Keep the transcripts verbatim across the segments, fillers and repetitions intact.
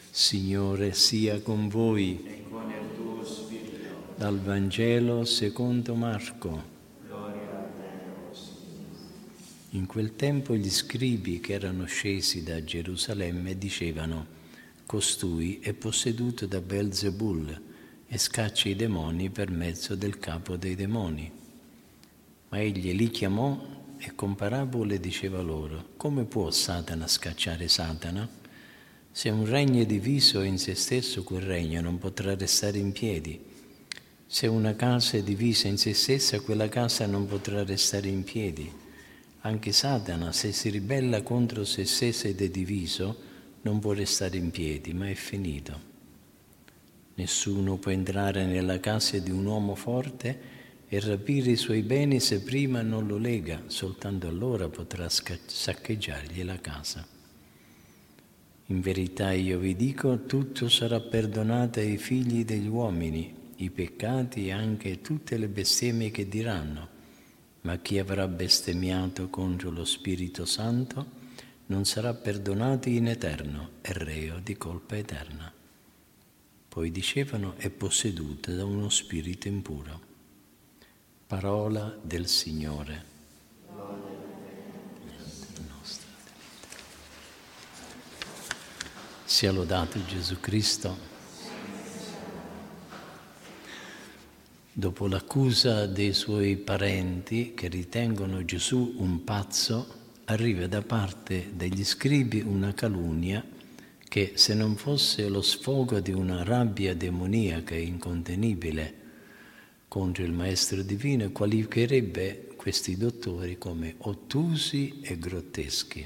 Signore sia con voi. E con il tuo spirito. Dal Vangelo secondo Marco. Gloria a te, o Signore. In quel tempo gli scribi che erano scesi da Gerusalemme dicevano: costui è posseduto da Beelzebul e scaccia i demoni per mezzo del capo dei demoni. Ma egli li chiamò e con parabole diceva loro: come può Satana scacciare Satana? Se un regno è diviso in se stesso, quel regno non potrà restare in piedi. Se una casa è divisa in se stessa, quella casa non potrà restare in piedi. Anche Satana, se si ribella contro se stesso ed è diviso, non può restare in piedi, ma è finito. Nessuno può entrare nella casa di un uomo forte e rapire i suoi beni se prima non lo lega, soltanto allora potrà saccheggiargli la casa. In verità io vi dico, tutto sarà perdonato ai figli degli uomini, i peccati e anche tutte le bestemmie che diranno, ma chi avrà bestemmiato contro lo Spirito Santo non sarà perdonato in eterno, è reo di colpa eterna. Poi dicevano: è posseduta da uno spirito impuro. Parola del Signore. Sia lodato Gesù Cristo. Dopo l'accusa dei suoi parenti che ritengono Gesù un pazzo, arriva da parte degli scribi una calunnia che, se non fosse lo sfogo di una rabbia demoniaca e incontenibile contro il Maestro Divino, qualificherebbe questi dottori come ottusi e grotteschi.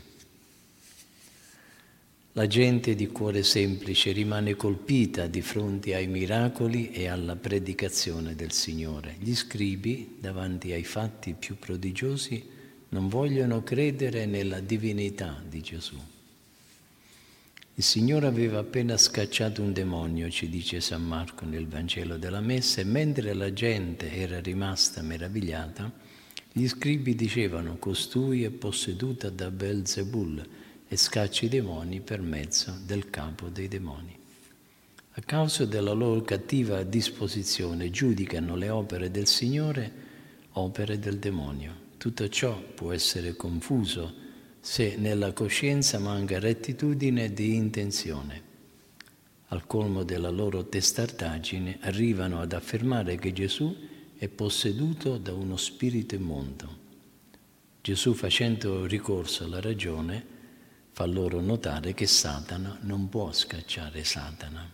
La gente di cuore semplice rimane colpita di fronte ai miracoli e alla predicazione del Signore. Gli scribi, davanti ai fatti più prodigiosi, non vogliono credere nella divinità di Gesù. Il Signore aveva appena scacciato un demonio, ci dice San Marco nel Vangelo della Messa, e mentre la gente era rimasta meravigliata, gli scribi dicevano: costui è posseduta da Beelzebul e scaccia i demoni per mezzo del capo dei demoni. A causa della loro cattiva disposizione giudicano le opere del Signore opere del demonio. Tutto ciò può essere confuso se nella coscienza manca rettitudine di intenzione. Al colmo della loro testardaggine arrivano ad affermare che Gesù è posseduto da uno spirito immondo. Gesù, facendo ricorso alla ragione, fa loro notare che Satana non può scacciare Satana.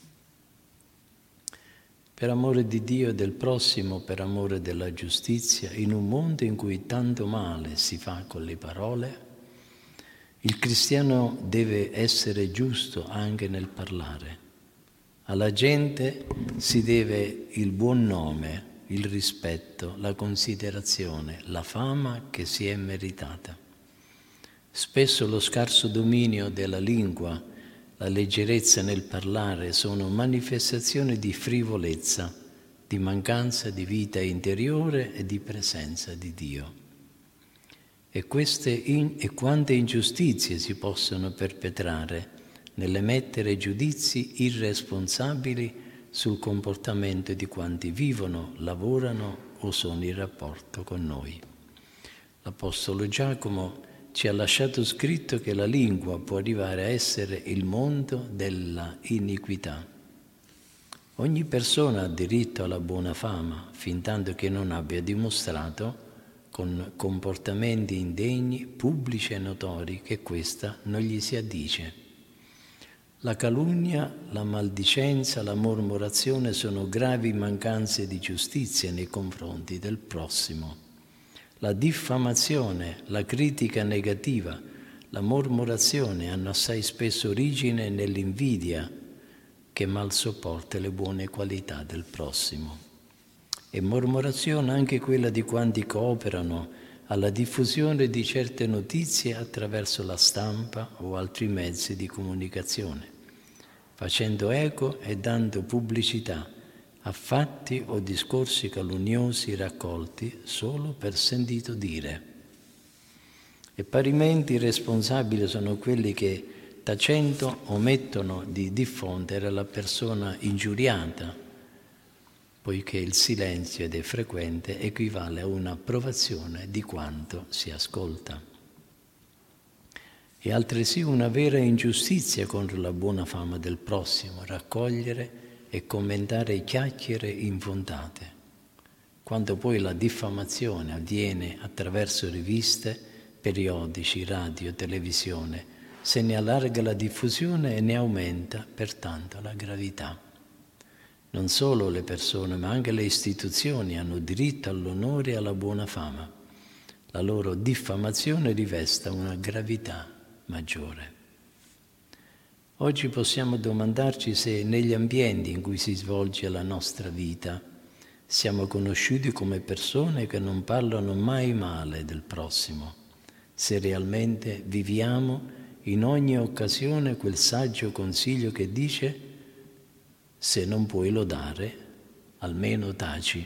Per amore di Dio e del prossimo, per amore della giustizia, in un mondo in cui tanto male si fa con le parole, il cristiano deve essere giusto anche nel parlare. Alla gente si deve il buon nome, il rispetto, la considerazione, la fama che si è meritata. Spesso lo scarso dominio della lingua, la leggerezza nel parlare sono manifestazioni di frivolezza, di mancanza di vita interiore e di presenza di Dio. E, queste in, e quante ingiustizie si possono perpetrare nell'emettere giudizi irresponsabili sul comportamento di quanti vivono, lavorano o sono in rapporto con noi. L'Apostolo Giacomo ci ha lasciato scritto che la lingua può arrivare a essere il mondo della iniquità. Ogni persona ha diritto alla buona fama, fintanto che non abbia dimostrato con comportamenti indegni, pubblici e notori, che questa non gli si addice. La calunnia, la maldicenza, la mormorazione sono gravi mancanze di giustizia nei confronti del prossimo. La diffamazione, la critica negativa, la mormorazione hanno assai spesso origine nell'invidia che mal sopporta le buone qualità del prossimo. E mormorazione anche quella di quanti cooperano alla diffusione di certe notizie attraverso la stampa o altri mezzi di comunicazione, facendo eco e dando pubblicità a fatti o discorsi calunnosi raccolti solo per sentito dire. E parimenti responsabili sono quelli che tacendo omettono di diffondere la persona ingiuriata, poiché il silenzio, ed è frequente, equivale a un'approvazione di quanto si ascolta. È altresì una vera ingiustizia contro la buona fama del prossimo raccogliere e commentare chiacchiere infondate, quando poi la diffamazione avviene attraverso riviste, periodici, radio, televisione, se ne allarga la diffusione e ne aumenta pertanto la gravità. Non solo le persone, ma anche le istituzioni hanno diritto all'onore e alla buona fama. La loro diffamazione rivesta una gravità maggiore. Oggi possiamo domandarci se negli ambienti in cui si svolge la nostra vita siamo conosciuti come persone che non parlano mai male del prossimo, se realmente viviamo in ogni occasione quel saggio consiglio che dice: se non puoi lodare, almeno taci.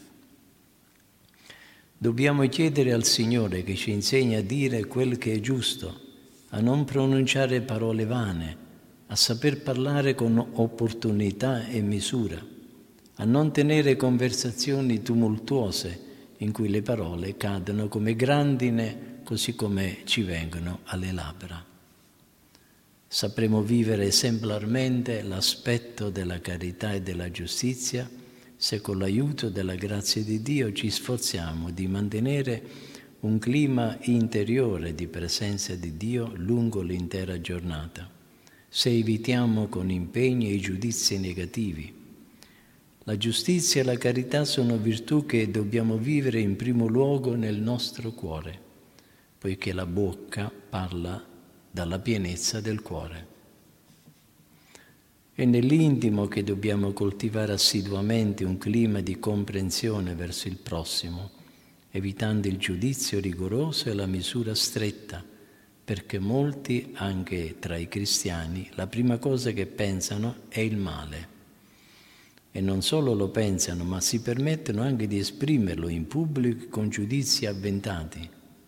Dobbiamo chiedere al Signore che ci insegni a dire quel che è giusto, a non pronunciare parole vane, a saper parlare con opportunità e misura, a non tenere conversazioni tumultuose in cui le parole cadono come grandine così come ci vengono alle labbra. Sapremo vivere esemplarmente l'aspetto della carità e della giustizia se con l'aiuto della grazia di Dio ci sforziamo di mantenere un clima interiore di presenza di Dio lungo l'intera giornata, se evitiamo con impegno i giudizi negativi. La giustizia e la carità sono virtù che dobbiamo vivere in primo luogo nel nostro cuore, poiché la bocca parla dalla pienezza del cuore. È nell'intimo che dobbiamo coltivare assiduamente un clima di comprensione verso il prossimo, evitando il giudizio rigoroso e la misura stretta, perché molti, anche tra i cristiani, la prima cosa che pensano è il male. E non solo lo pensano, ma si permettono anche di esprimerlo in pubblico con giudizi avventati.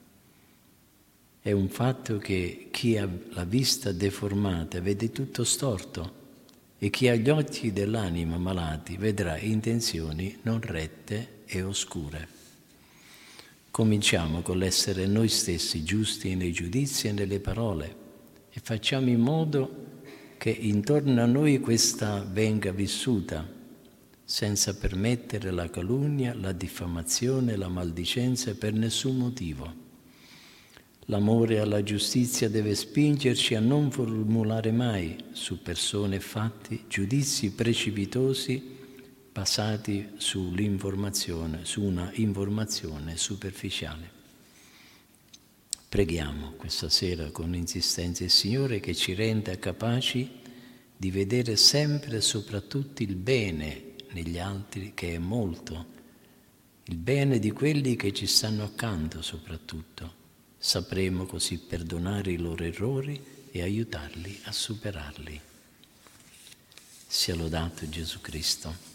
È un fatto che chi ha la vista deformata vede tutto storto e chi ha gli occhi dell'anima malati vedrà intenzioni non rette e oscure. Cominciamo con l'essere noi stessi giusti nei giudizi e nelle parole e facciamo in modo che intorno a noi questa venga vissuta senza permettere la calunnia, la diffamazione, la maldicenza per nessun motivo. L'amore alla giustizia deve spingerci a non formulare mai su persone e fatti giudizi precipitosi basati sull'informazione, su una informazione superficiale. Preghiamo questa sera con insistenza il Signore che ci renda capaci di vedere sempre e soprattutto il bene negli altri, che è molto, il bene di quelli che ci stanno accanto soprattutto. Sapremo così perdonare i loro errori e aiutarli a superarli. Sia lodato Gesù Cristo.